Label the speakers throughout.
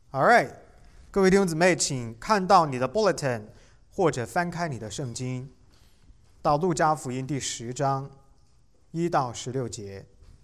Speaker 1: All right， 各位弟兄姊妹，请看到你的 bulletin， 或者翻开你的圣经，到路加福音第10章1到16节。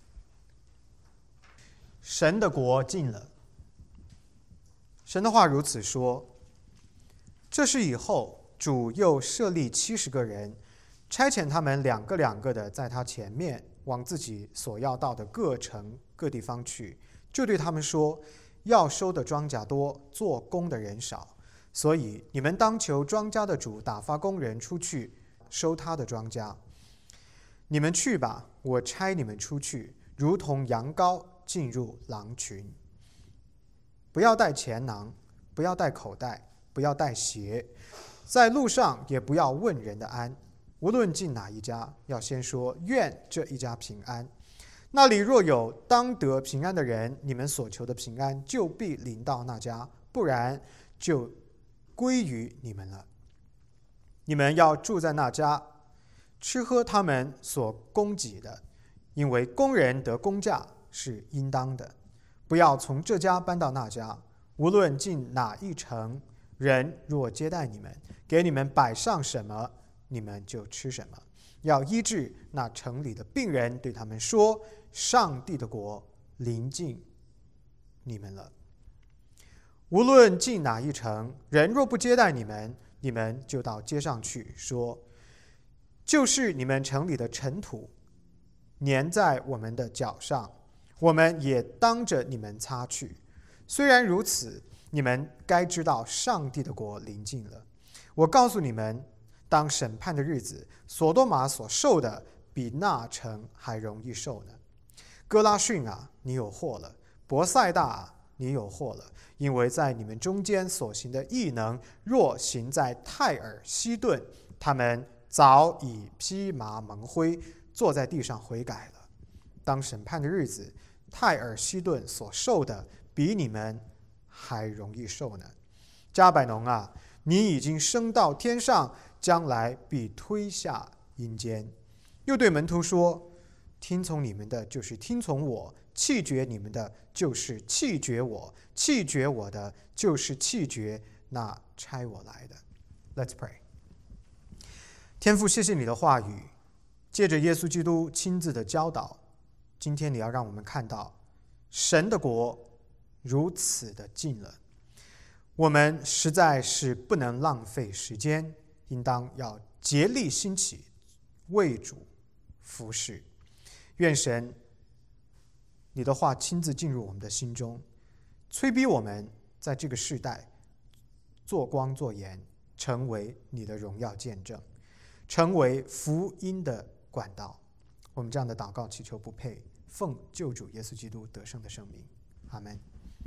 Speaker 1: 神的国近了。神的话如此说：这事以后，主又设立70个人，差遣他们两个两个的在他前面，往自己所要到的各城各地方去，就对他们说：要收的庄稼多，做工的人少，所以你们当求庄稼的主打发工人出去收他的庄稼。你们去吧，我差你们出去，如同羊羔进入狼群。不要带钱囊，不要带口袋，不要带鞋，在路上也不要问人的安。无论进哪一家，要先说愿这一家平安。那里若有当得平安的人，你们所求的平安就必临到那家，不然就归于你们了。你们要住在那家，吃喝他们所供给的，因为工人得工价是应当的。不要从这家搬到那家，无论进哪一城，人若接待你们，给你们摆上什么，你们就吃什么。要医治那城里的病人，对他们说：上帝的国临近你们了。无论进哪一城，人若不接待你们，你们就到街上去说：就是你们城里的尘土粘在我们的脚上，我们也当着你们擦去。虽然如此，你们该知道上帝的国临近了。我告诉你们，当审判的日子，所多玛所受的比那城还容易受呢。哥拉汛啊，你有祸了；伯赛大啊，你有祸了。因为在你们中间所行的异能，若行在泰尔西顿，他们早已披麻蒙灰，坐在地上悔改了。当审判的日子，泰尔西顿所受的比你们还容易受呢。迦百农啊，你已经升到天上，将来必推下阴间。又对门徒说：听从你们的就是听从我，弃绝你们的就是弃绝我，弃绝我的就是弃绝那差我来的。 Let's pray。 天父，谢谢你的话语，借着耶稣基督亲自的教导，今天你要让我们看到神的国如此的近了。我们实在是不能浪费时间，应当要竭力兴起，为主服侍。愿神你的话亲自进入我们的心中，催逼我们在这个世代做光做盐，成为你的荣耀见证，成为福音的管道。我们这样的祷告祈求不配，奉救主耶稣基督得胜的圣名，阿们。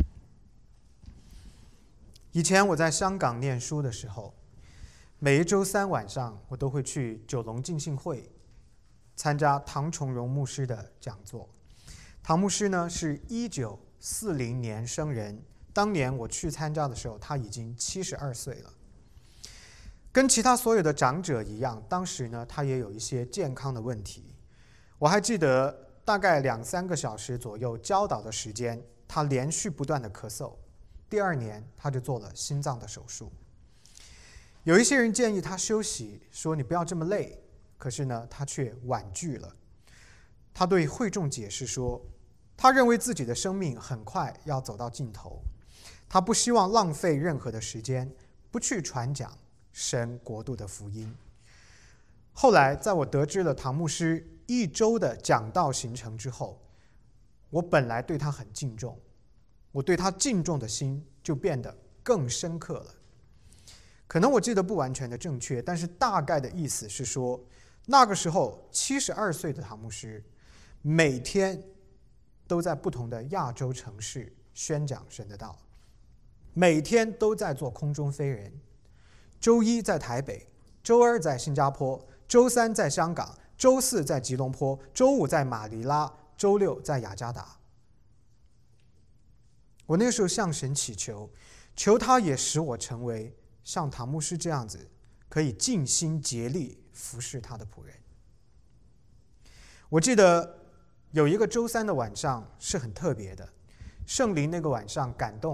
Speaker 1: 以前我在香港念书的时候，每一周三晚上我都会去九龙浸信会参加唐崇荣牧师的讲座。唐牧师呢是1940年生人，当年我去参加的时候他已经72岁了。跟其他所有的长者一样，当时呢他也有一些健康的问题。我还记得大概2-3个小时左右教导的时间，他连续不断的咳嗽。第2年他就做了心脏的手术。有一些人建议他休息，说你不要这么累，可是呢他却婉拒了。他对会众解释说，他认为自己的生命很快要走到尽头，他不希望浪费任何的时间，不去传讲神国度的福音。后来在我得知了唐牧师1周的讲道行程之后，我本来对他很敬重，我对他敬重的心就变得更深刻了。可能我记得不完全的正确，但是大概的意思是说，那个时候72岁的唐牧师每天都在不同的亚洲城市宣讲神的道，每天都在做空中飞人。周一在台北，周二在新加坡，周三在香港，周四在吉隆坡，周五在马尼拉，周六在雅加达。我那个时候向神祈求，求他也使我成为像唐牧师这样子，可以尽心竭力服侍他的仆人。我记得有一个周三的晚上是很特别的，圣灵那个晚上感动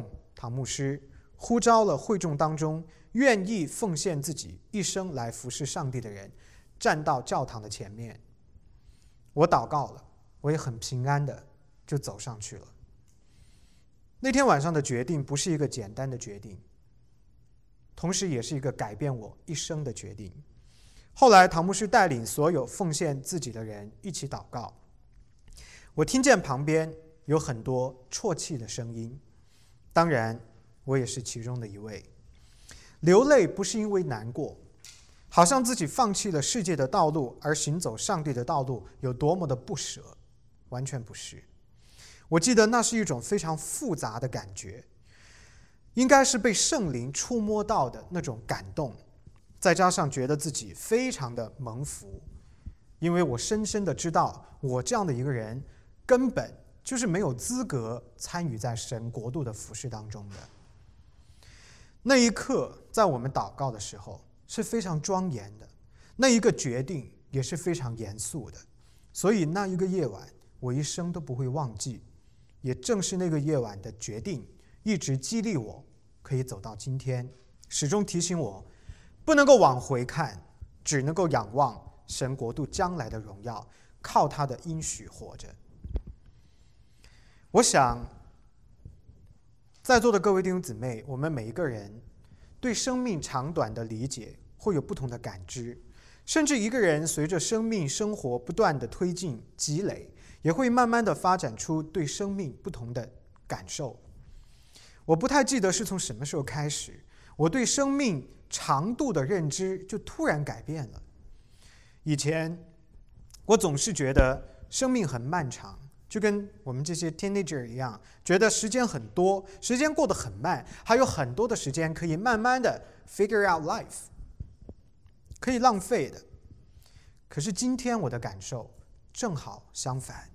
Speaker 1: 唐牧师，呼召了会众当中愿意奉献自己一生来服侍上帝的人，站到教堂的前面。我祷告了，我也很平安的就走上去了。那天晚上的决定不是一个简单的决定，同时也是一个改变我一生的决定。后来唐牧师带领所有奉献自己的人一起祷告，我听见旁边有很多啜泣的声音，当然我也是其中的一位。流泪不是因为难过，好像自己放弃了世界的道路而行走上帝的道路有多么的不舍，完全不是。我记得那是一种非常复杂的感觉，应该是被圣灵触摸到的那种感动，再加上觉得自己非常的蒙福，因为我深深的知道我这样的一个人根本就是没有资格参与在神国度的服事当中的。那一刻在我们祷告的时候是非常庄严的，那一个决定也是非常严肃的，所以那一个夜晚我一生都不会忘记。也正是那个夜晚的决定一直激励我可以走到今天，始终提醒我不能够往回看，只能够仰望神国度将来的荣耀，靠他的应许活着。我想在座的各位弟兄姊妹，我们每一个人对生命长短的理解会有不同的感知，甚至一个人随着生命生活不断的推进积累，也会慢慢的发展出对生命不同的感受。我不太记得是从什么时候开始，我对生命长度的认知就突然改变了。以前我总是觉得生命很漫长，就跟我们这些 teenager 一样，觉得时间很多，时间过得很慢，还有很多的时间可以慢慢的 figure out life， 可以浪费的。可是今天我的感受正好相反，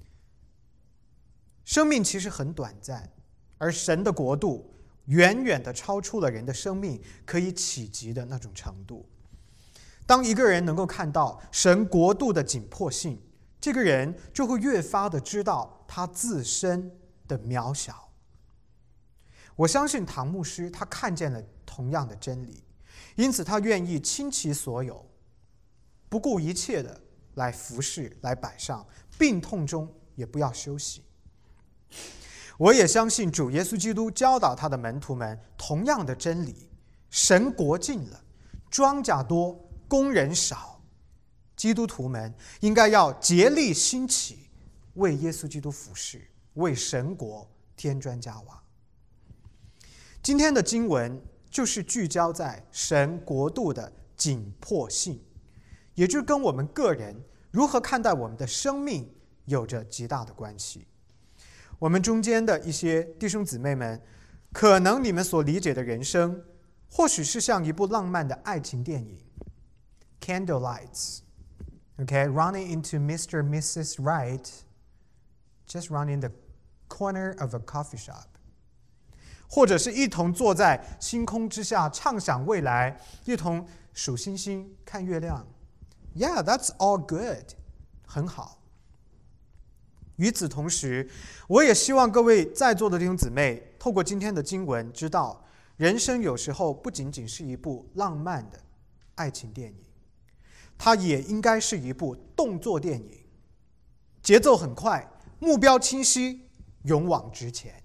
Speaker 1: 生命其实很短暂，而神的国度远远的超出了人的生命可以企及的那种程度。当一个人能够看到神国度的紧迫性，这个人就会越发的知道他自身的渺小。我相信唐牧师他看见了同样的真理，因此他愿意倾其所有，不顾一切的来服侍，来摆上，病痛中也不要休息。我也相信主耶稣基督教导他的门徒们同样的真理，神国近了，庄稼多，工人少，基督徒们应该要竭力兴起，为耶稣基督服侍，为神国添砖加瓦。今天的经文就是聚焦在神国度的紧迫性，也就是跟我们个人如何看待我们的生命有着极大的关系。我们中间的一些弟兄姊妹们，可能你们所理解的人生或许是像一部浪漫的爱情电影 Candlelights， running into Mr. and Mrs. Right, just running the corner of a coffee shop， 或者是一同坐在星空之下畅想未来，一同数星星看月亮。 Yeah, that's all good， 很好。与此同时，我也希望各位在座的弟兄姊妹透过今天的经文知道，人生有时候不仅仅是一部浪漫的爱情电影，它也应该是一部动作电影，节奏很快，目标清晰，勇往直前。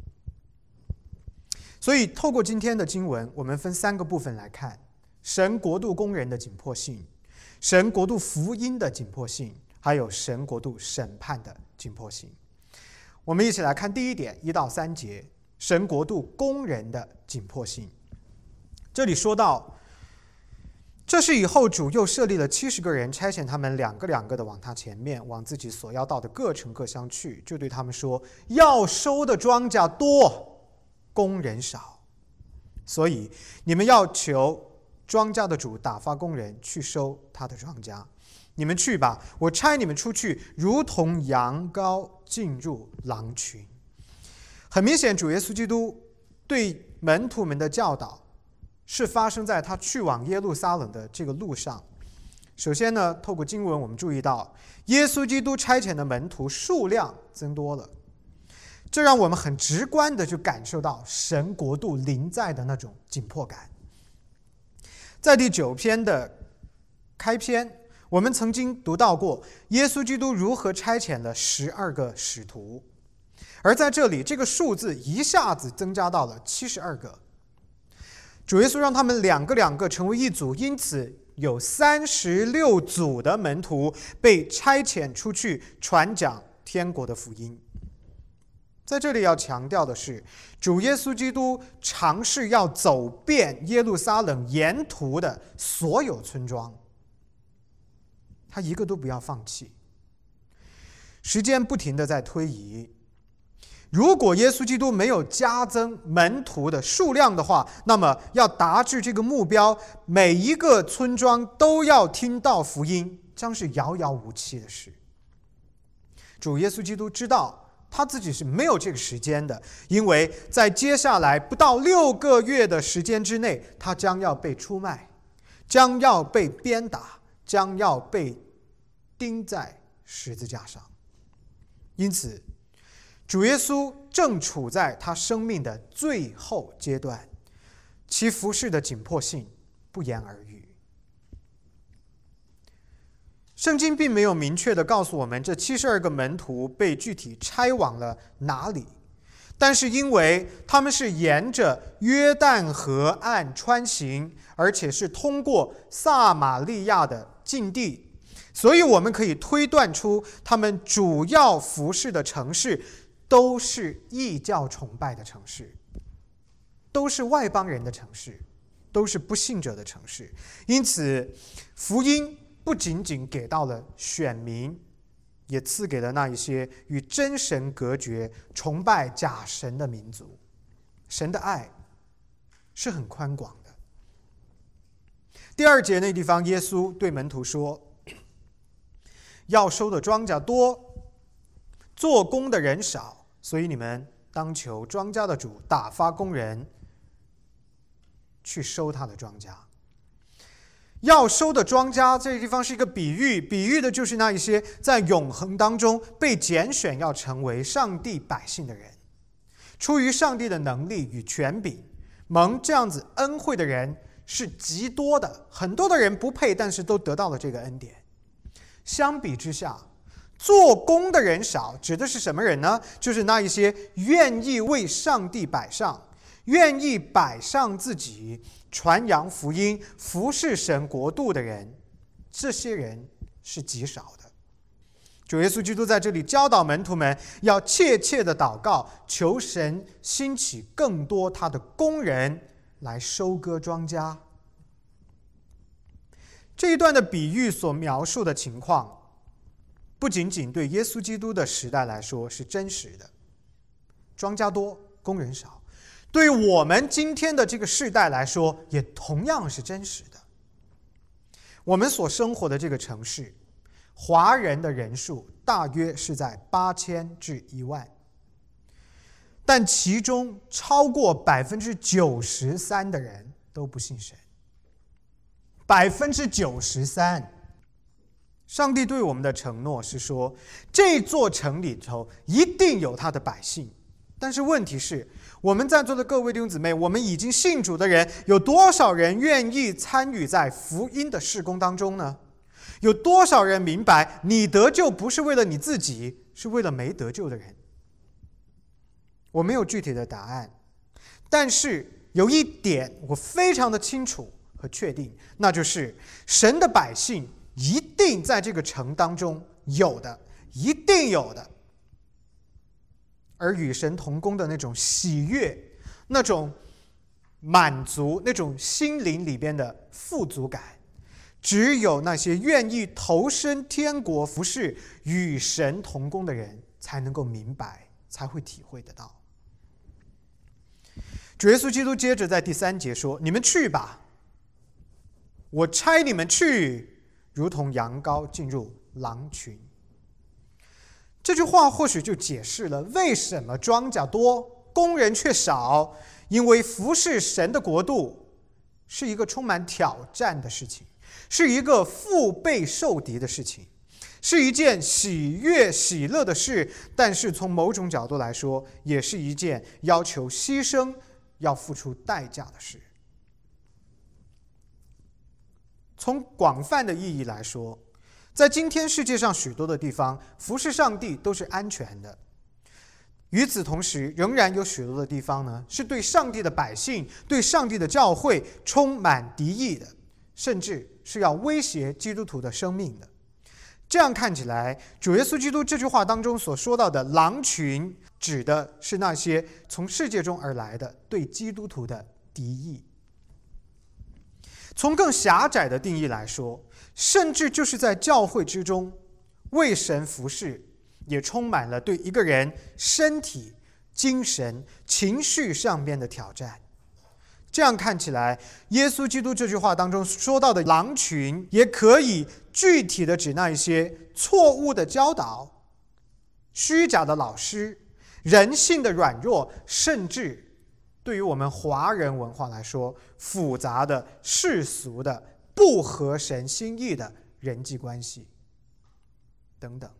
Speaker 1: 所以透过今天的经文，我们分3个部分来看神国度工人的紧迫性，神国度福音的紧迫性，还有神国度审判的紧迫性。我们一起来看第一点1到3节，神国度工人的紧迫性。这里说到，这是以后主又设立了70个人，差遣他们2个2个的往他前面，往自己所要到的各城各乡去，就对他们说，要收的庄稼多，工人少，所以你们要求庄稼的主打发工人去收他的庄稼。你们去吧，我差你们出去，如同羊羔进入狼群。很明显，主耶稣基督对门徒们的教导是发生在他去往耶路撒冷的这个路上。首先呢，透过经文我们注意到，耶稣基督差遣的门徒数量增多了。 这让我们很直观的就感受到神国度临在的那种紧迫感。在第9篇的开篇，我们曾经读到过耶稣基督如何差遣了12个使徒，而在这里这个数字一下子增加到了72个。主耶稣让他们两个成为一组，因此有36组的门徒被差遣出去传讲天国的福音。在这里要强调的是，主耶稣基督尝试要走遍耶路撒冷沿途的所有村庄，他一个都不要放弃。时间不停地在推移，如果耶稣基督没有加增门徒的数量的话，那么要达至这个目标，每一个村庄都要听到福音，将是遥遥无期的事。主耶稣基督知道他自己是没有这个时间的，因为在接下来不到6个月的时间之内，他将要被出卖，将要被鞭打，将要被钉在十字架上。因此主耶稣正处在他生命的最后阶段，其服事的紧迫性不言而喻。圣经并没有明确地告诉我们这72个门徒被具体差往了哪里，但是因为他们是沿着约旦河岸穿行，而且是通过撒玛利亚的境地，所以我们可以推断出他们主要服事的城市都是异教崇拜的城市，都是外邦人的城市，都是不信者的城市。因此福音不仅仅给到了选民，也赐给了那一些与真神隔绝、崇拜假神的民族。神的爱是很宽广的。第2节那地方，耶稣对门徒说，要收的庄稼多，做工的人少，所以你们当求庄稼的主打发工人去收他的庄稼。要收的庄稼这个地方是一个比喻，比喻的就是那一些在永恒当中被拣选要成为上帝百姓的人，出于上帝的能力与权柄，蒙这样子恩惠的人是极多的，很多的人不配，但是都得到了这个恩典。相比之下，做工的人少，指的是什么人呢？就是那一些愿意为上帝摆上，愿意摆上自己传扬福音、服侍神国度的人，这些人是极少的。主耶稣基督在这里教导门徒们要切切的祷告，求神兴起更多他的工人来收割庄稼。这一段的比喻所描述的情况，不仅仅对耶稣基督的时代来说是真实的，庄稼多，工人少，对于我们今天的这个世代来说，也同样是真实的。我们所生活的这个城市，华人的人数大约是在8000至1万，但其中超过93%的人都不信神。93%。上帝对我们的承诺是说，这座城里头一定有他的百姓。但是问题是，我们在座的各位弟兄姊妹，我们已经信主的人，有多少人愿意参与在福音的事工当中呢？有多少人明白你得救不是为了你自己，是为了没得救的人？我没有具体的答案，但是有一点我非常的清楚和确定，那就是神的百姓一定在这个城当中有的，一定有的。而与神同工的那种喜悦，那种满足，那种心灵里边的富足感，只有那些愿意投身天国服事、与神同工的人才能够明白，才会体会得到。主耶稣基督接着在第3节说，你们去吧，我差你们去，如同羊羔进入狼群。这句话或许就解释了为什么庄稼多，工人却少，因为服侍神的国度是一个充满挑战的事情，是一个腹背受敌的事情。 是一件喜悦喜乐的事，但是从某种角度来说，也是一件要求牺牲、要付出代价的事。从广泛的意义来说，在今天世界上许多的地方，服侍上帝都是安全的。与此同时，仍然有许多的地方呢，是对上帝的百姓、对上帝的教会充满敌意的，甚至是要威胁基督徒的生命的。这样看起来，主耶稣基督这句话当中所说到的狼群，指的是那些从世界中而来的对基督徒的敌意。从更狭窄的定义来说，甚至就是在教会之中为神服侍，也充满了对一个人身体、精神、情绪上面的挑战。这样看起来，耶稣基督这句话当中说到的狼群，也可以具体的指那一些错误的教导、虚假的老师、人性的软弱，甚至对于我们华人文化来说，复杂的、世俗的、不合神心意的人际关系等等。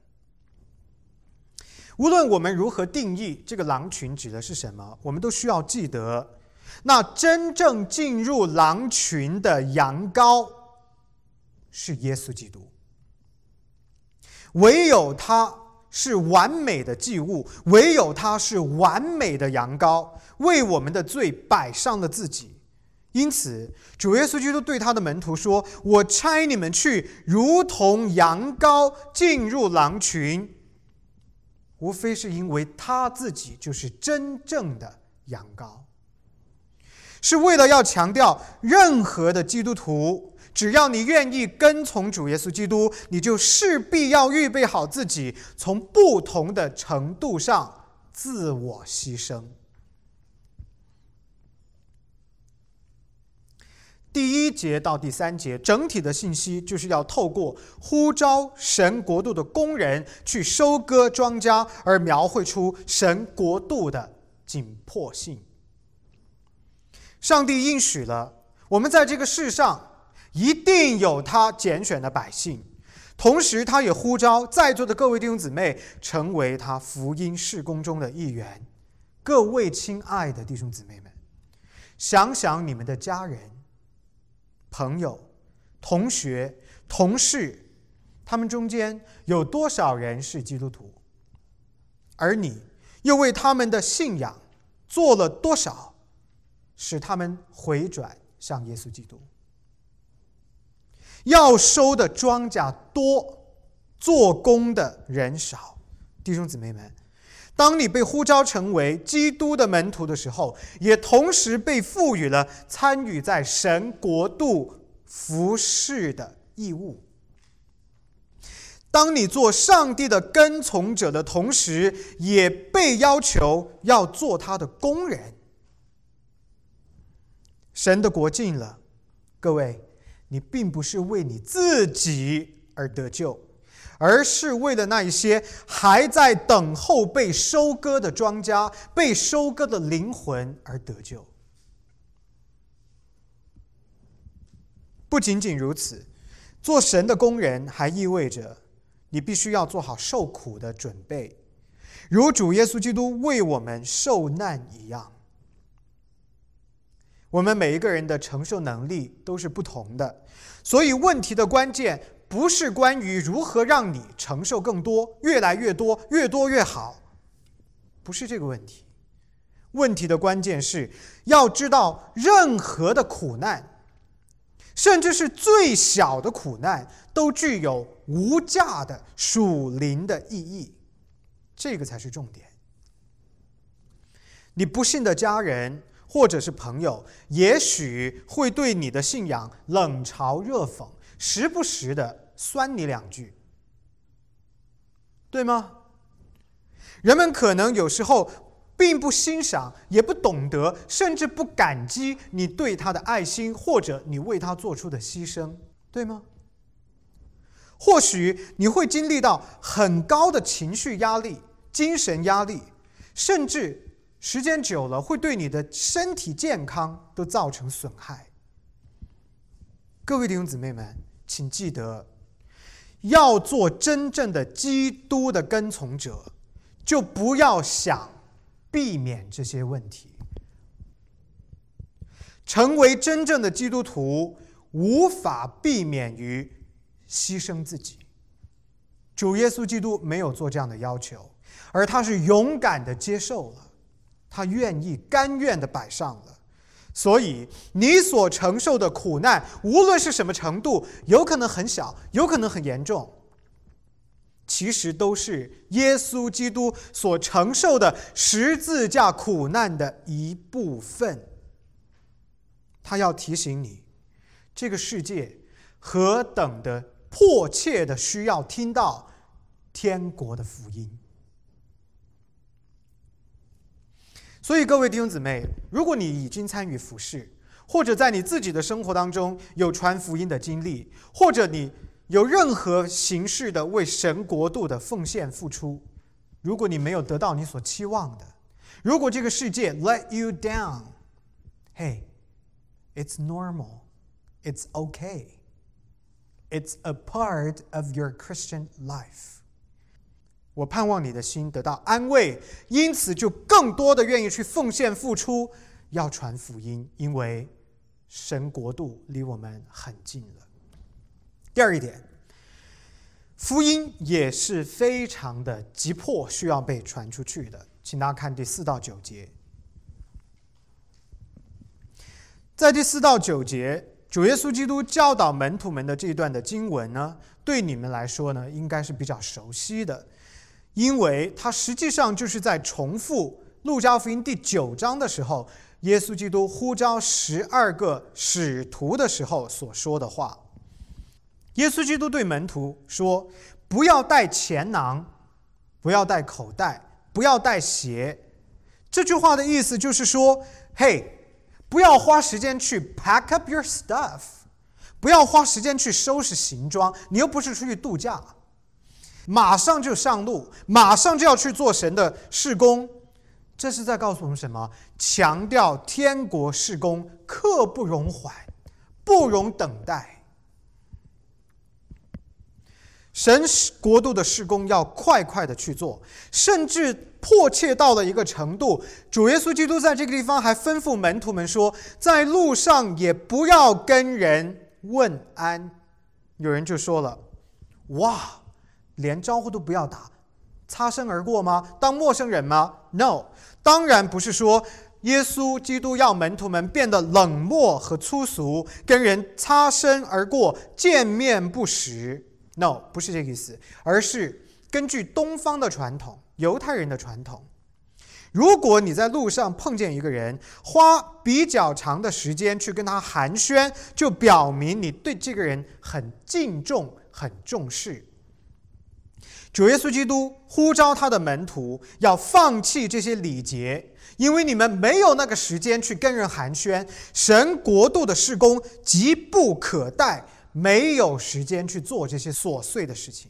Speaker 1: 无论我们如何定义这个狼群指的是什么，我们都需要记得，那真正进入狼群的羊羔是耶稣基督。唯有他是完美的祭物，唯有他是完美的羊羔，为我们的罪摆上了自己。因此主耶稣基督对他的门徒说，我差你们去，如同羊羔进入狼群，无非是因为他自己就是真正的羊羔，是为了要强调任何的基督徒，只要你愿意跟从主耶稣基督，你就势必要预备好自己，从不同的程度上自我牺牲。第1节到第3节，整体的信息就是要透过呼召神国度的工人去收割庄稼，而描绘出神国度的紧迫性。上帝应许了，我们在这个世上一定有他拣选的百姓，同时他也呼召在座的各位弟兄姊妹成为他福音事工中的一员。各位亲爱的弟兄姊妹们，想想你们的家人、朋友、同学、同事，他们中间有多少人是基督徒？而你又为他们的信仰做了多少，使他们回转向耶稣基督？要收的庄稼多，做工的人少。弟兄姊妹们，当你被呼召成为基督的门徒的时候，也同时被赋予了参与在神国度服事的义务。当你做上帝的跟从者的同时，也被要求要做他的工人。神的国近了，各位，你并不是为你自己而得救，而是为了那一些还在等候被收割的庄稼、被收割的灵魂而得救。不仅仅如此，做神的工人还意味着你必须要做好受苦的准备，如主耶稣基督为我们受难一样。我们每一个人的承受能力都是不同的，所以问题的关键不是关于如何让你承受更多、越来越多、越多越好，不是这个问题。问题的关键是要知道，任何的苦难，甚至是最小的苦难，都具有无价的属灵的意义，这个才是重点。你不信的家人或者是朋友，也许会对你的信仰冷嘲热讽，时不时的酸你两句，对吗？人们可能有时候并不欣赏，也不懂得，甚至不感激你对他的爱心，或者你为他做出的牺牲，对吗？或许你会经历到很高的情绪压力、精神压力，甚至时间久了会对你的身体健康都造成损害。各位弟兄姊妹们，请记得， 要做真正的基督的跟从者，就不要想避免这些问题。成为真正的基督徒，无法避免于牺牲自己。主耶稣基督没有做这样的要求，而他是勇敢的接受了，他愿意甘愿的摆上了。所以你所承受的苦难，无论是什么程度，有可能很小，有可能很严重，其实都是耶稣基督所承受的十字架苦难的一部分。他要提醒你，这个世界何等的迫切的需要听到天国的福音。所以各位弟兄姊妹，如果你已经参与服事，或者在你自己的生活当中有传福音的经历，或者你有任何形式的为神国度的奉献付出，如果你没有得到你所期望的，如果这个世界 let you down， hey, it's normal, it's okay, it's a part of your Christian life。我盼望你的心得到安慰，因此就更多的愿意去奉献付出，要传福音，因为神国度离我们很近了。第二一点，福音也是非常的急迫，需要被传出去的。请大家看第4到9节。在第4到9节，主耶稣基督教导门徒们的这一段的经文呢，对你们来说呢，应该是比较熟悉的。因为它实际上就是在重复路加福音第9章的时候，耶稣基督呼召12个使徒的时候所说的话。耶稣基督对门徒说，不要带钱囊，不要带口袋，不要带鞋。这句话的意思就是说，嘿，不要花时间去 pack up your stuff， 不要花时间去收拾行装，你又不是出去度假，马上就上路，马上就要去做神的事工。这是在告诉我们什么？强调天国事工刻不容缓，不容等待。神国度的事工要快快的去做，甚至迫切到了一个程度，主耶稣基督在这个地方还吩咐门徒们说，在路上也不要跟人问安。有人就说了，哇，连招呼都不要打，擦身而过吗？当陌生人吗？ No， 当然不是说耶稣基督要门徒们变得冷漠和粗俗，跟人擦身而过，见面不识。No， 不是这个意思，而是根据东方的传统，犹太人的传统，如果你在路上碰见一个人，花比较长的时间去跟他寒暄，就表明你对这个人很敬重，很重视。主耶稣基督呼召他的门徒要放弃这些礼节，因为你们没有那个时间去跟人寒暄，神国度的事工急不可待，没有时间去做这些琐碎的事情。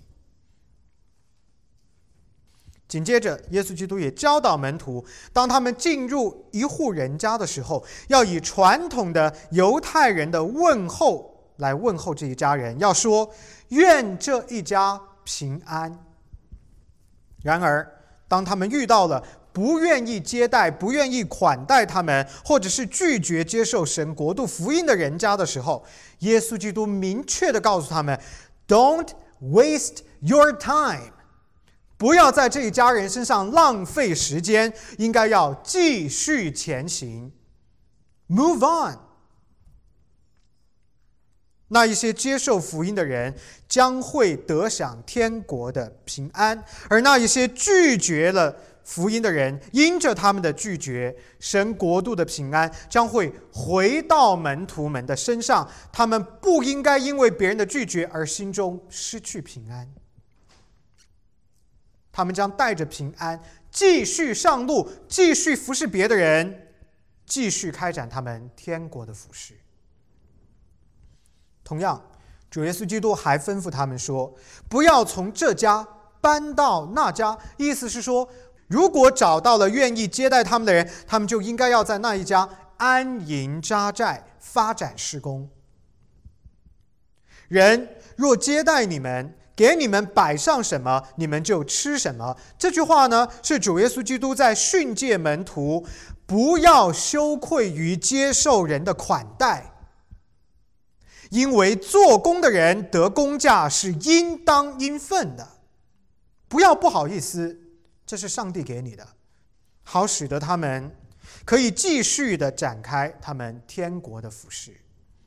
Speaker 1: 紧接着耶稣基督也教导门徒，当他们进入一户人家的时候，要以传统的犹太人的问候来问候这一家人，要说愿这一家平安。然而当他们遇到了不愿意接待、不愿意款待他们，或者是拒绝接受神国度福音的人家的时候，耶稣基督明确地告诉他们 Don't waste your time， 不要在这一家人身上浪费时间，应该要继续前行 Move on。 那一些接受福音的人将会得享天国的平安，而那一些拒绝了福音的人，因着他们的拒绝，神国度的平安将会回到门徒们的身上。他们不应该因为别人的拒绝而心中失去平安，他们将带着平安继续上路，继续服侍别的人，继续开展他们天国的服侍。同样，主耶稣基督还吩咐他们说，不要从这家搬到那家，意思是说，如果找到了愿意接待他们的人，他们就应该要在那一家安营扎寨，发展事工。人若接待你们， 给你们摆上什么，你们就吃什么。这句话呢，是主耶稣基督在训诫门徒，不要羞愧于接受人的款待，因为做工的人得工价是应当应分的。不要不好意思，这是上帝给你的，好使得他们可以继续的展开他们天国的服事。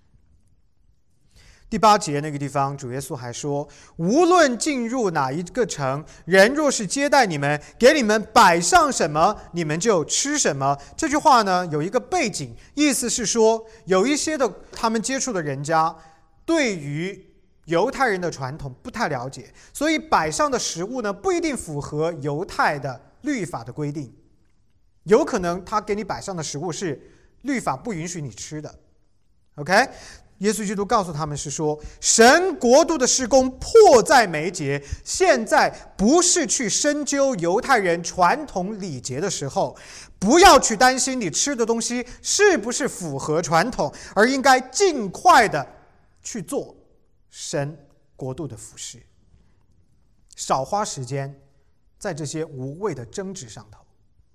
Speaker 1: 第8节那个地方，主耶稣还说，无论进入哪一个城，人若是接待你们，给你们摆上什么，你们就吃什么。这句话呢，有一个背景，意思是说，有一些的他们接触的人家对于犹太人的传统不太了解，所以摆上的食物呢，不一定符合犹太的律法的规定，有可能他给你摆上的食物是律法不允许你吃的。 OK，耶稣基督告诉他们是说，神国度的事工迫在眉睫，现在不是去深究犹太人传统礼节的时候，不要去担心你吃的东西是不是符合传统，而应该尽快的去做神国度的服事，少花时间在这些无谓的争执上头。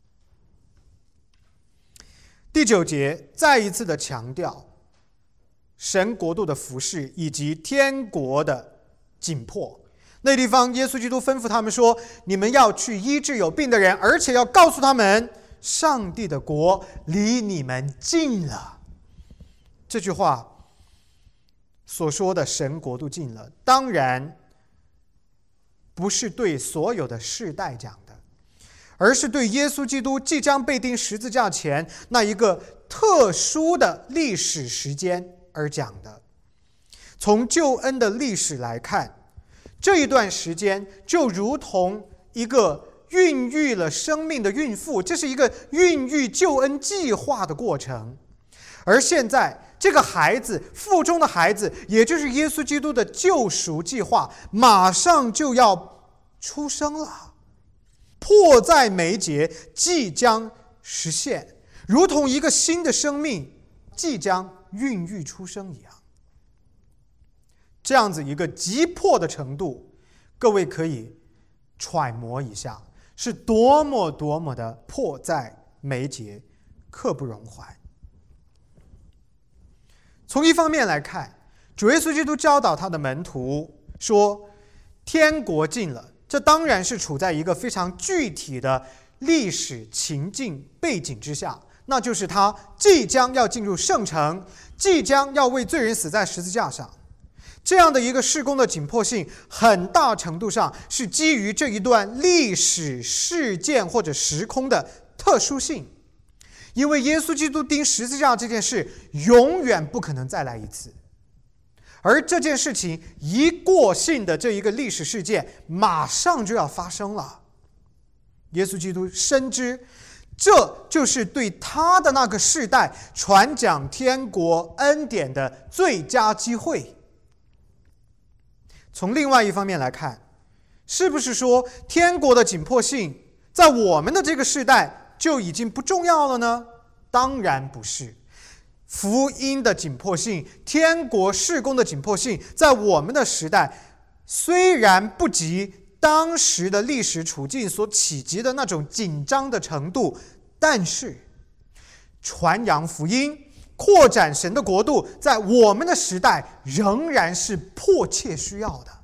Speaker 1: 第9节再一次的强调神国度的服事以及天国的紧迫。那地方耶稣基督吩咐他们说，你们要去医治有病的人，而且要告诉他们上帝的国离你们近了。这句话所说的神国度近了，当然不是对所有的世代讲的，而是对耶稣基督即将被钉十字架前那一个特殊的历史时间而讲的。从救恩的历史来看，这一段时间就如同一个孕育了生命的孕妇，这是一个孕育救恩计划的过程。而现在这个孩子，腹中的孩子，也就是耶稣基督的救赎计划，马上就要出生了，迫在眉睫，即将实现，如同一个新的生命即将孕育出生一样。这样子一个急迫的程度，各位可以揣摩一下，是多么多么的迫在眉睫，刻不容缓。从一方面来看，主耶稣基督教导他的门徒说，天国近了，这当然是处在一个非常具体的历史情境背景之下，那就是他即将要进入圣城，即将要为罪人死在十字架上。这样的一个事工的紧迫性，很大程度上是基于这一段历史事件或者时空的特殊性。因为耶稣基督钉十字架这件事永远不可能再来一次，而这件事情一过性的这一个历史事件马上就要发生了。耶稣基督深知这就是对他的那个世代传讲天国恩典的最佳机会。从另外一方面来看，是不是说天国的紧迫性在我们的这个世代就已经不重要了呢？当然不是。福音的紧迫性，天国事工的紧迫性，在我们的时代虽然不及当时的历史处境所企及的那种紧张的程度，但是传扬福音、扩展神的国度，在我们的时代仍然是迫切需要的。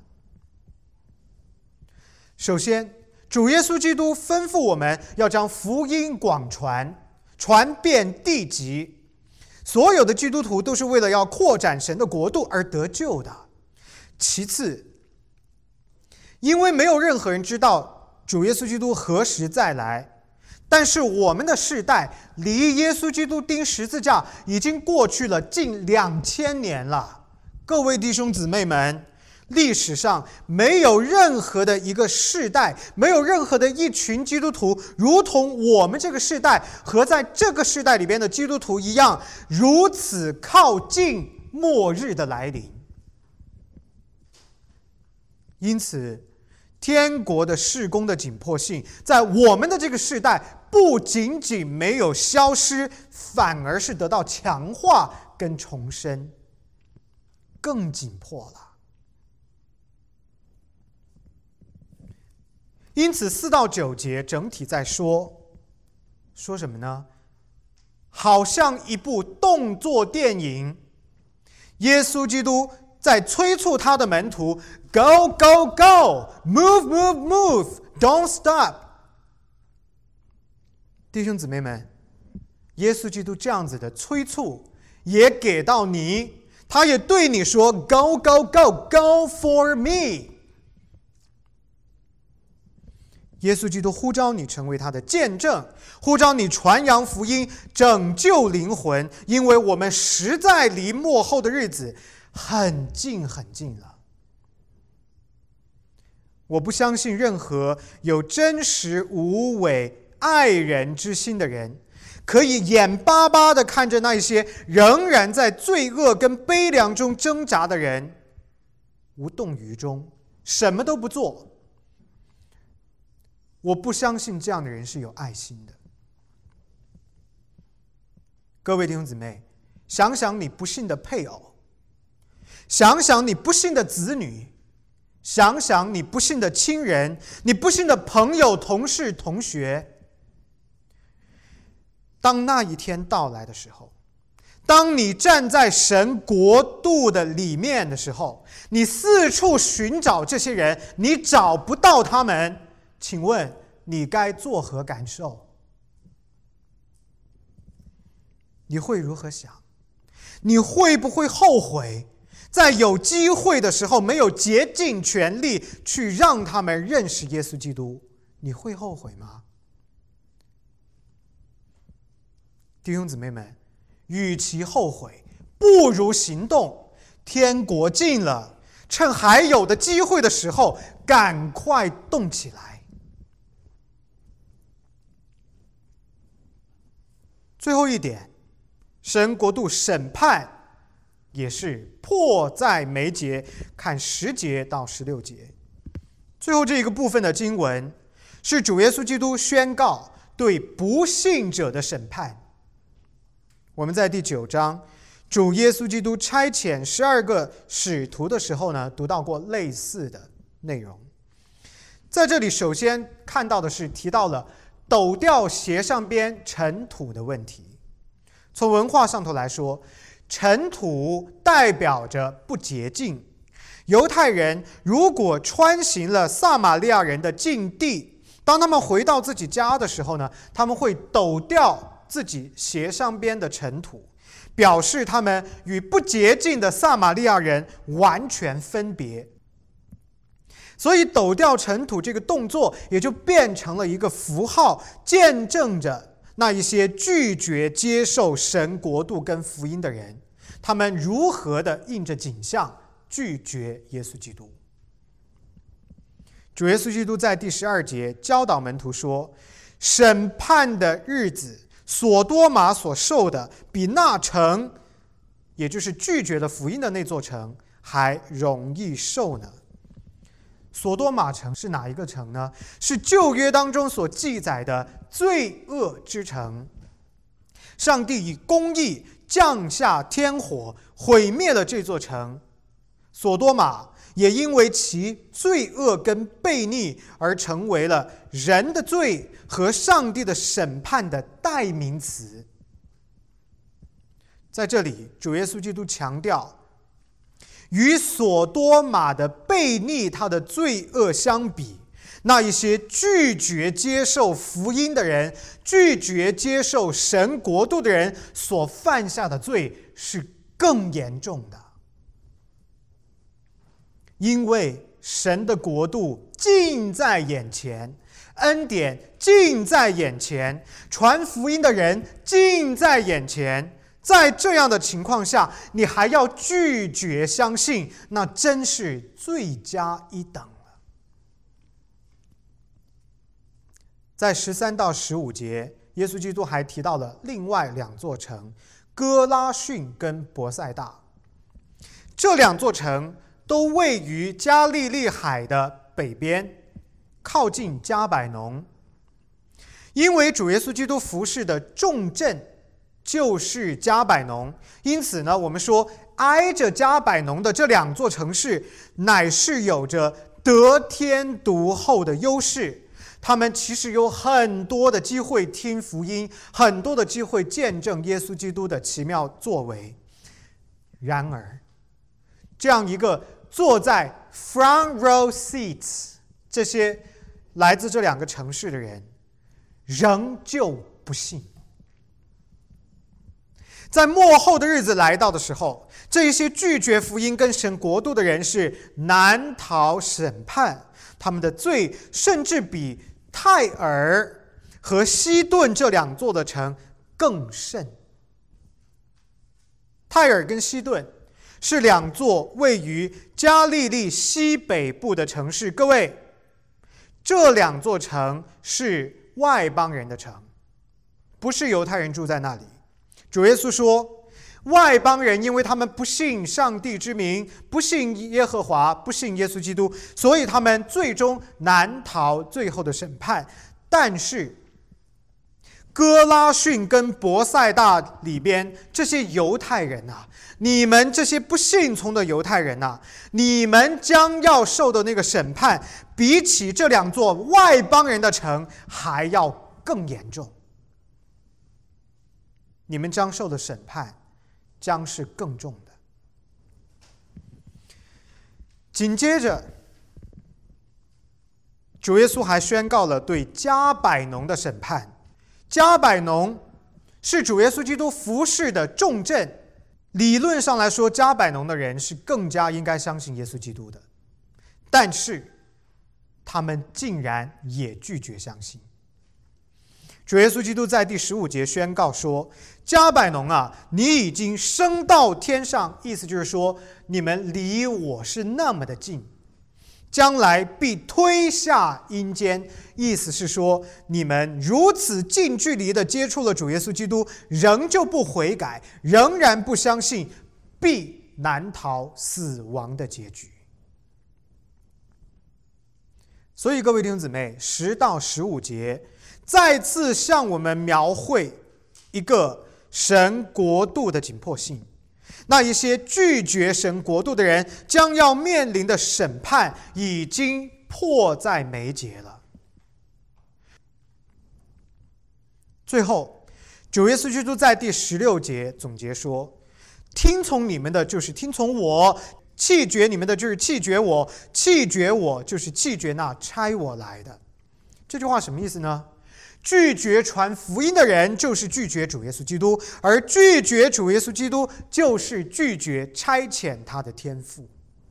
Speaker 1: 首先，主耶稣基督吩咐我们要将福音广传，传遍地极。所有的基督徒都是为了要扩展神的国度而得救的。其次，因为没有任何人知道主耶稣基督何时再来，但是我们的世代离耶稣基督钉十字架已经过去了近2000年了。各位弟兄姊妹们，历史上没有任何的一个世代，没有任何的一群基督徒如同我们这个世代和在这个世代里边的基督徒一样，如此靠近末日的来临。因此天国的事工的紧迫性在我们的这个世代不仅仅没有消失，反而是得到强化跟重生，更紧迫了。 因此4到9节整体在说什么呢？好像一部动作电影，耶稣基督在催促他的门徒 Go, go, go! Move, move, move! Don't stop! 弟兄姊妹们，耶稣基督这样子的催促也给到你，他也对你说 Go, go, go! Go for me! 耶稣基督呼召你成为他的见证，呼召你传扬福音，拯救灵魂，因为我们实在离末后的日子很近很近了。我不相信任何有真实无伪爱人之心的人可以眼巴巴地看着那些仍然在罪恶跟悲凉中挣扎的人无动于衷，什么都不做。我不相信这样的人是有爱心的。各位弟兄姊妹，想想你不幸的配偶，想想你不幸的子女，想想你不幸的亲人，你不幸的朋友、同事、同学。当那一天到来的时候，当你站在神国度的里面的时候，你四处寻找这些人，你找不到他们，请问你该作何感受？你会如何想？你会不会后悔在有机会的时候没有竭尽全力去让他们认识耶稣基督？你会后悔吗？弟兄姊妹们，与其后悔，不如行动。天国近了，趁还有的机会的时候，赶快动起来。最后一点，神国度审判也是迫在眉睫，看10节到16节。最后这一个部分的经文是主耶稣基督宣告对不信者的审判。我们在第9章主耶稣基督差遣12个使徒的时候呢，读到过类似的内容。在这里首先看到的是提到了抖掉鞋上边尘土的问题。从文化上头来说，尘土代表着不洁净。犹太人如果穿行了撒玛利亚人的境地，当他们回到自己家的时候呢，他们会抖掉自己鞋上边的尘土，表示他们与不洁净的撒玛利亚人完全分别。所以抖掉尘土这个动作也就变成了一个符号，见证着那一些拒绝接受神国度跟福音的人，他们如何的印着景象拒绝耶稣基督。主耶稣基督在第12节教导门徒说，审判的日子所多玛所受的比那城，也就是拒绝了福音的那座城还容易受呢。所多玛城是哪一个城呢？是旧约当中所记载的罪恶之城。上帝以公义降下天火，毁灭了这座城。所多玛也因为其罪恶跟悖逆而成为了人的罪和上帝的审判的代名词。在这里，主耶稣基督强调，与所多玛的悖逆，他的罪恶相比，那一些拒绝接受福音的人，拒绝接受神国度的人所犯下的罪是更严重的。因为神的国度近在眼前，恩典近在眼前，传福音的人近在眼前，在这样的情况下，你还要拒绝相信，那真是罪加一等了。在13到15节，耶稣基督还提到了另外2座城，哥拉汛跟伯赛大。这2座城都位于加利利海的北边，靠近加百农。因为主耶稣基督服事的重镇就是加百农，因此呢，我们说挨着加百农的这2座城市乃是有着得天独厚的优势， 他们其实有很多的机会听福音，很多的机会见证耶稣基督的奇妙作为。然而，这样一个坐在 front row seats 这些来自这两个城市的人，仍旧不信。在末后的日子来到的时候，这一些拒绝福音跟神国度的人是难逃审判，他们的罪甚至比泰尔和西顿这两座的城更甚。泰尔跟西顿是两座位于加利利西北部的城市，各位，这两座城是外邦人的城，不是犹太人住在那里。主耶稣说，外邦人因为他们不信上帝之名，不信耶和华，不信耶稣基督，所以他们最终难逃最后的审判。但是哥拉汛跟伯赛大里边这些犹太人啊，你们这些不信从的犹太人啊，你们将要受的那个审判，比起这两座外邦人的城还要更严重。你们将受的审判将是更重的。紧接着，主耶稣还宣告了对加百农的审判。加百农是主耶稣基督服事的重镇，理论上来说，加百农的人是更加应该相信耶稣基督的，但是他们竟然也拒绝相信。主耶稣基督在第15节宣告说，加百农啊，你已经升到天上，意思就是说你们离我是那么的近，将来必推下阴间，意思是说你们如此近距离的接触了主耶稣基督，仍旧不悔改，仍然不相信，必难逃死亡的结局。所以各位弟兄姊妹，10到15节再次向我们描绘一个神国度的紧迫性。那一些拒绝神国度的人将要面临的审判已经迫在眉睫了。最后，主耶稣基督在第16节总结说，听从你们的就是听从我，弃绝你们的就是弃绝我，弃绝我就是弃绝那差我来的。这句话什么意思呢？拒绝传福音的人就是拒绝主耶稣基督，而拒绝主耶稣基督就是拒绝差遣他的天父。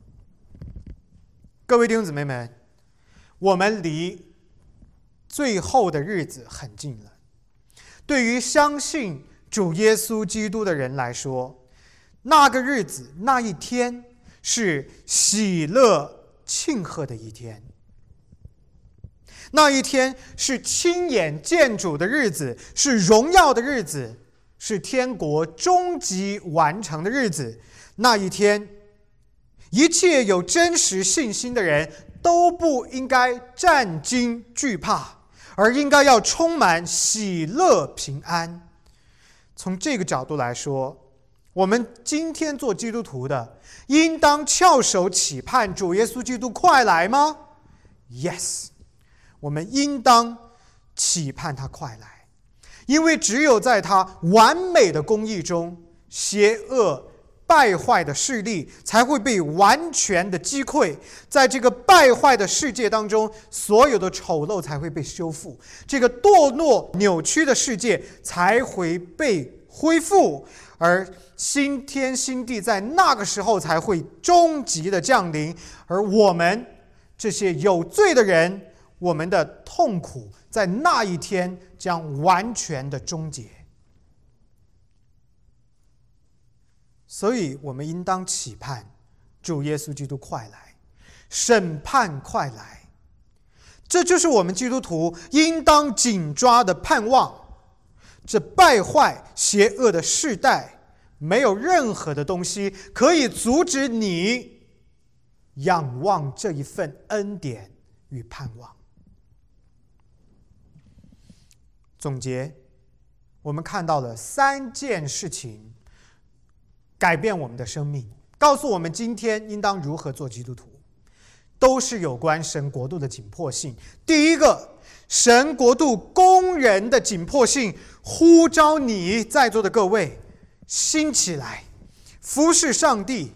Speaker 1: 各位弟兄姊妹们，我们离最后的日子很近了。对于相信主耶稣基督的人来说，那个日子，那一天是喜乐庆贺的一天。那一天是亲眼见主的日子，是荣耀的日子，是天国终极完成的日子。那一天，一切有真实信心的人都不应该战惊惧怕，而应该要充满喜乐平安。从这个角度来说，我们今天做基督徒的，应当翘首企盼主耶稣基督快来吗？ Yes，我们应当期盼他快来，因为只有在他完美的公义中，邪恶败坏的势力才会被完全的击溃，在这个败坏的世界当中，所有的丑陋才会被修复，这个堕落扭曲的世界才会被恢复，而新天新地在那个时候才会终极的降临，而我们这些有罪的人，我们的痛苦在那一天将完全的终结。所以我们应当期盼主耶稣基督快来，审判快来。这就是我们基督徒应当紧抓的盼望。这败坏邪恶的世代，没有任何的东西可以阻止你仰望这一份恩典与盼望。总结，我们看到了3件事情改变我们的生命，告诉我们今天应当如何做基督徒。 都是有关神国度的紧迫性。第一个，神国度工人的紧迫性呼召你在座的各位兴起来服侍上帝。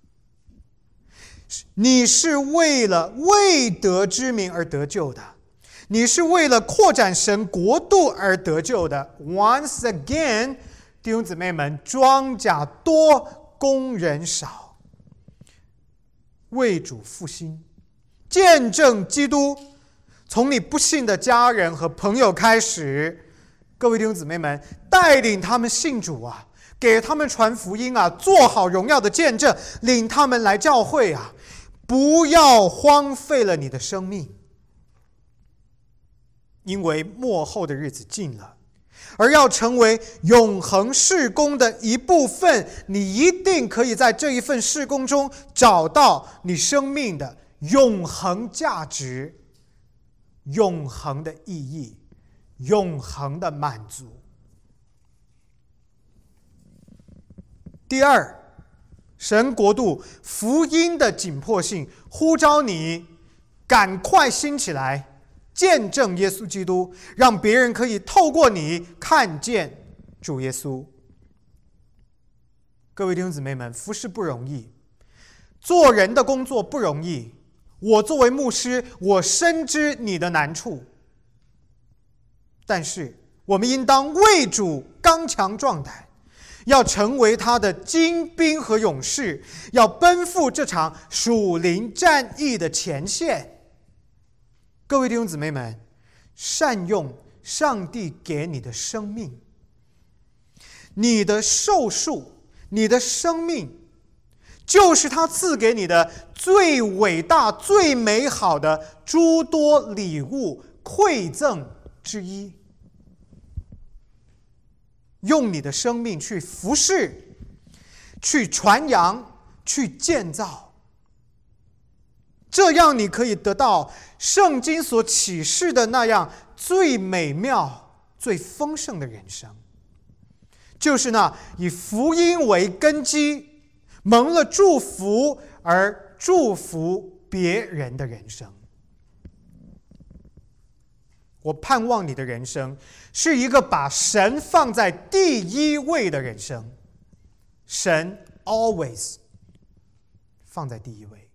Speaker 1: 你是为了未得之名而得救的，你是为了扩展神国度而得救的。 Once again， 弟兄姊妹们，庄稼多，工人少，为主复兴，见证基督，从你不信的家人和朋友开始。各位弟兄姊妹们，带领他们信主啊，给他们传福音啊，做好荣耀的见证，领他们来教会啊，不要荒废了你的生命，因为末后的日子近了，而要成为永恒事工的一部分，你一定可以在这一份事工中找到你生命的永恒价值、永恒的意义、永恒的满足。第二，神国度福音的紧迫性呼召你赶快兴起来，见证耶稣基督，让别人可以透过你看见主耶稣。各位弟兄姊妹们，服事不容易，做人的工作不容易。我作为牧师，我深知你的难处，但是我们应当为主刚强壮胆，要成为他的精兵和勇士，要奔赴这场属灵战役的前线。各位弟兄姊妹们，善用上帝给你的生命，你的寿数，你的生命，就是他赐给你的最伟大、最美好的诸多礼物馈赠之一。用你的生命去服侍，去传扬，去建造，这样你可以得到圣经所启示的那样最美妙、最丰盛的人生，就是那以福音为根基，蒙了祝福而祝福别人的人生。我盼望你的人生是一个把神放在第一位的人生，神 always 放在第一位。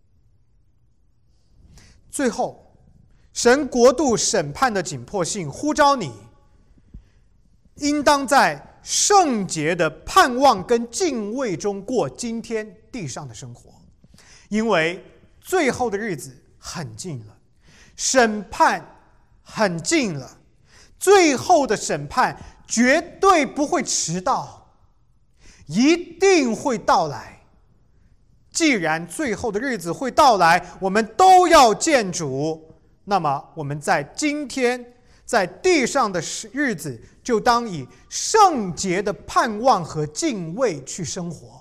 Speaker 1: 最后，神国度审判的紧迫性呼召你，应当在圣洁的盼望跟敬畏中过今天地上的生活，因为最后的日子很近了，审判很近了，最后的审判绝对不会迟到，一定会到来。既然最后的日子会到来，我们都要见主，那么我们在今天在地上的日子，就当以圣洁的盼望和敬畏去生活。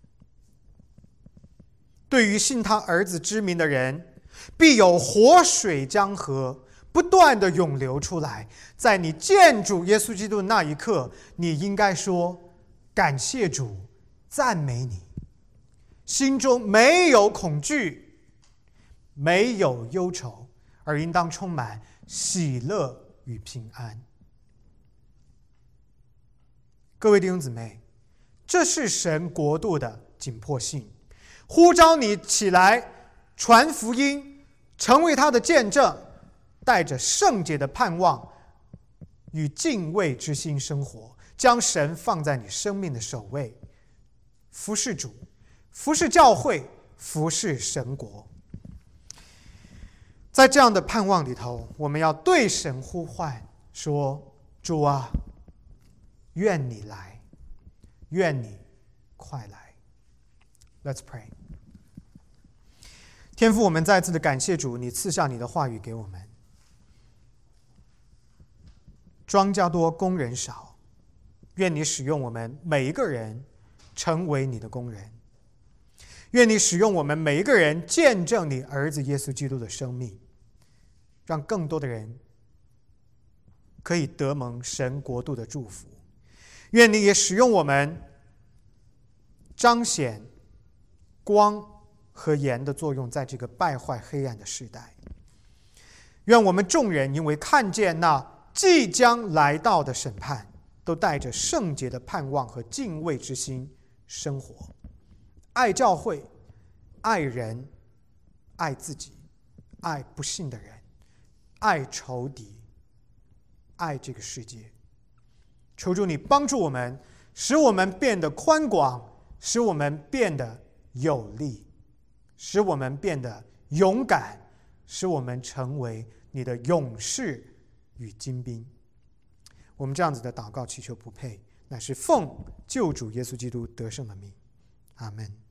Speaker 1: 对于信他儿子之名的人，必有活水江河不断的涌流出来。在你见主耶稣基督的那一刻，你应该说感谢主，赞美你，心中没有恐惧，没有忧愁，而应当充满喜乐与平安。各位弟兄姊妹，这是神国度的紧迫性，呼召你起来传福音，成为他的见证，带着圣洁的盼望与敬畏之心生活，将神放在你生命的首位，服侍主，服侍教会，服侍神国。在这样的盼望里头，我们要对神呼唤说，主啊，愿你来，愿你快来。 Let's pray。 天父，我们再次的感谢主，你赐下你的话语给我们。庄稼多，工人少，愿你使用我们每一个人成为你的工人，愿你使用我们每一个人见证你儿子耶稣基督的生命，让更多的人可以得蒙神国度的祝福。愿你也使用我们彰显光和盐的作用在这个败坏黑暗的时代。愿我们众人因为看见那即将来到的审判，都带着圣洁的盼望和敬畏之心生活，爱教会，爱人，爱自己，爱不信的人，爱仇敌，爱这个世界。求主你帮助我们，使我们变得宽广，使我们变得有力，使我们变得勇敢，使我们成为你的勇士与精兵。我们这样子的祷告祈求不配，乃是奉救主耶稣基督得胜的名。阿们。